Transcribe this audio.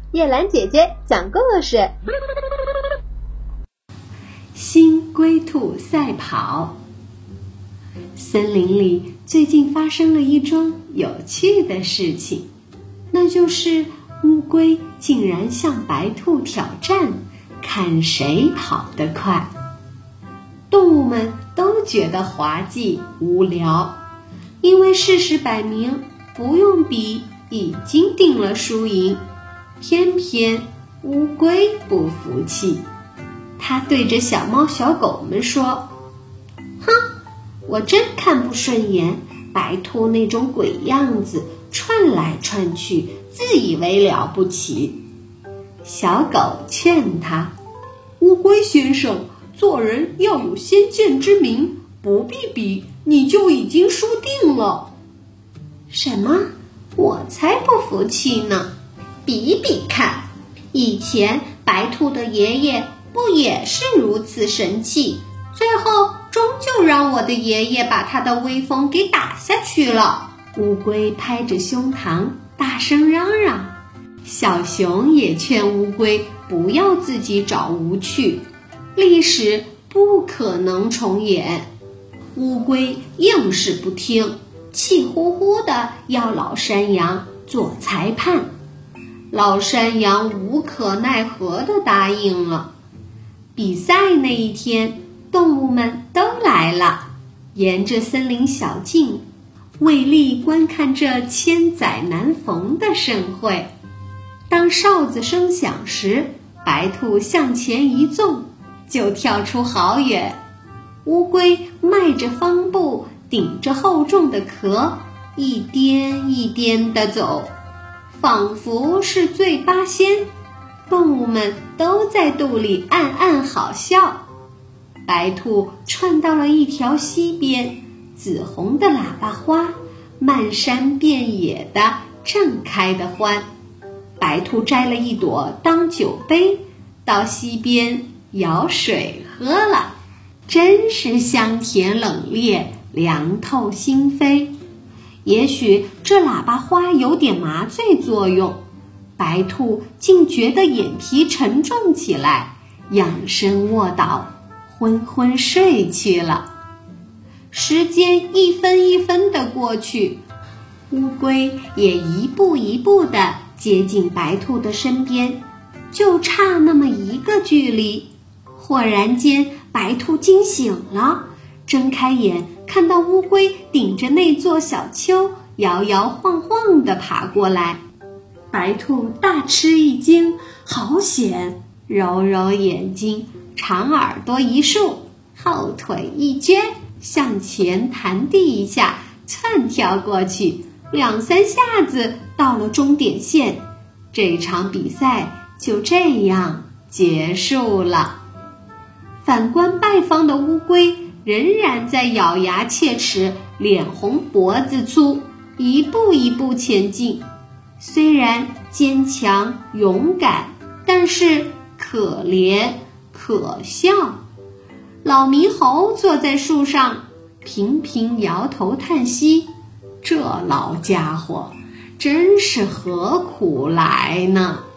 叶兰姐姐讲故事。 新龟兔赛跑。森林里最近发生了一桩有趣的事情，那就是乌龟竟然向白兔挑战，看谁跑得快。动物们都觉得滑稽无聊，因为事实摆明，不用比已经定了输赢。偏偏乌龟不服气，他对着小猫小狗们说：哼，我真看不顺眼白兔那种鬼样子，窜来窜去，自以为了不起。小狗劝他：乌龟先生，做人要有先见之明，不必比你就已经输定了。什么？我才不服气呢！比比看，以前白兔的爷爷不也是如此神气，最后终究让我的爷爷把他的威风给打下去了。乌龟拍着胸膛大声嚷嚷，小熊也劝乌龟不要自己找无趣，历史不可能重演。乌龟硬是不听，气呼呼地要老山羊做裁判。老山羊无可奈何地答应了。比赛那一天，动物们都来了，沿着森林小径，为力观看这千载难逢的盛会。当哨子声响时，白兔向前一纵，就跳出好远。乌龟迈着方步，顶着厚重的壳，一颠一颠地走，仿佛是醉八仙。动物们都在肚里暗暗好笑。白兔窜到了一条溪边，紫红的喇叭花漫山遍野的正开得欢。白兔摘了一朵当酒杯，到溪边舀水喝了，真是香甜冷冽，凉透心扉。也许这喇叭花有点麻醉作用，白兔竟觉得眼皮沉重起来，仰身卧倒，昏昏睡去了。时间一分一分地过去，乌龟也一步一步地接近白兔的身边，就差那么一个距离。忽然间，白兔惊醒了，睁开眼看到乌龟顶着那座小丘，摇摇晃晃地爬过来。白兔大吃一惊，好险！揉揉眼睛，长耳朵一竖，后腿一撅，向前弹地一下，窜跳过去，两三下子到了终点线。这场比赛就这样结束了。反观败方的乌龟，仍然在咬牙切齿，脸红脖子粗，一步一步前进。虽然坚强勇敢，但是可怜可笑。老猕猴坐在树上，频频摇头叹息，这老家伙真是何苦来呢？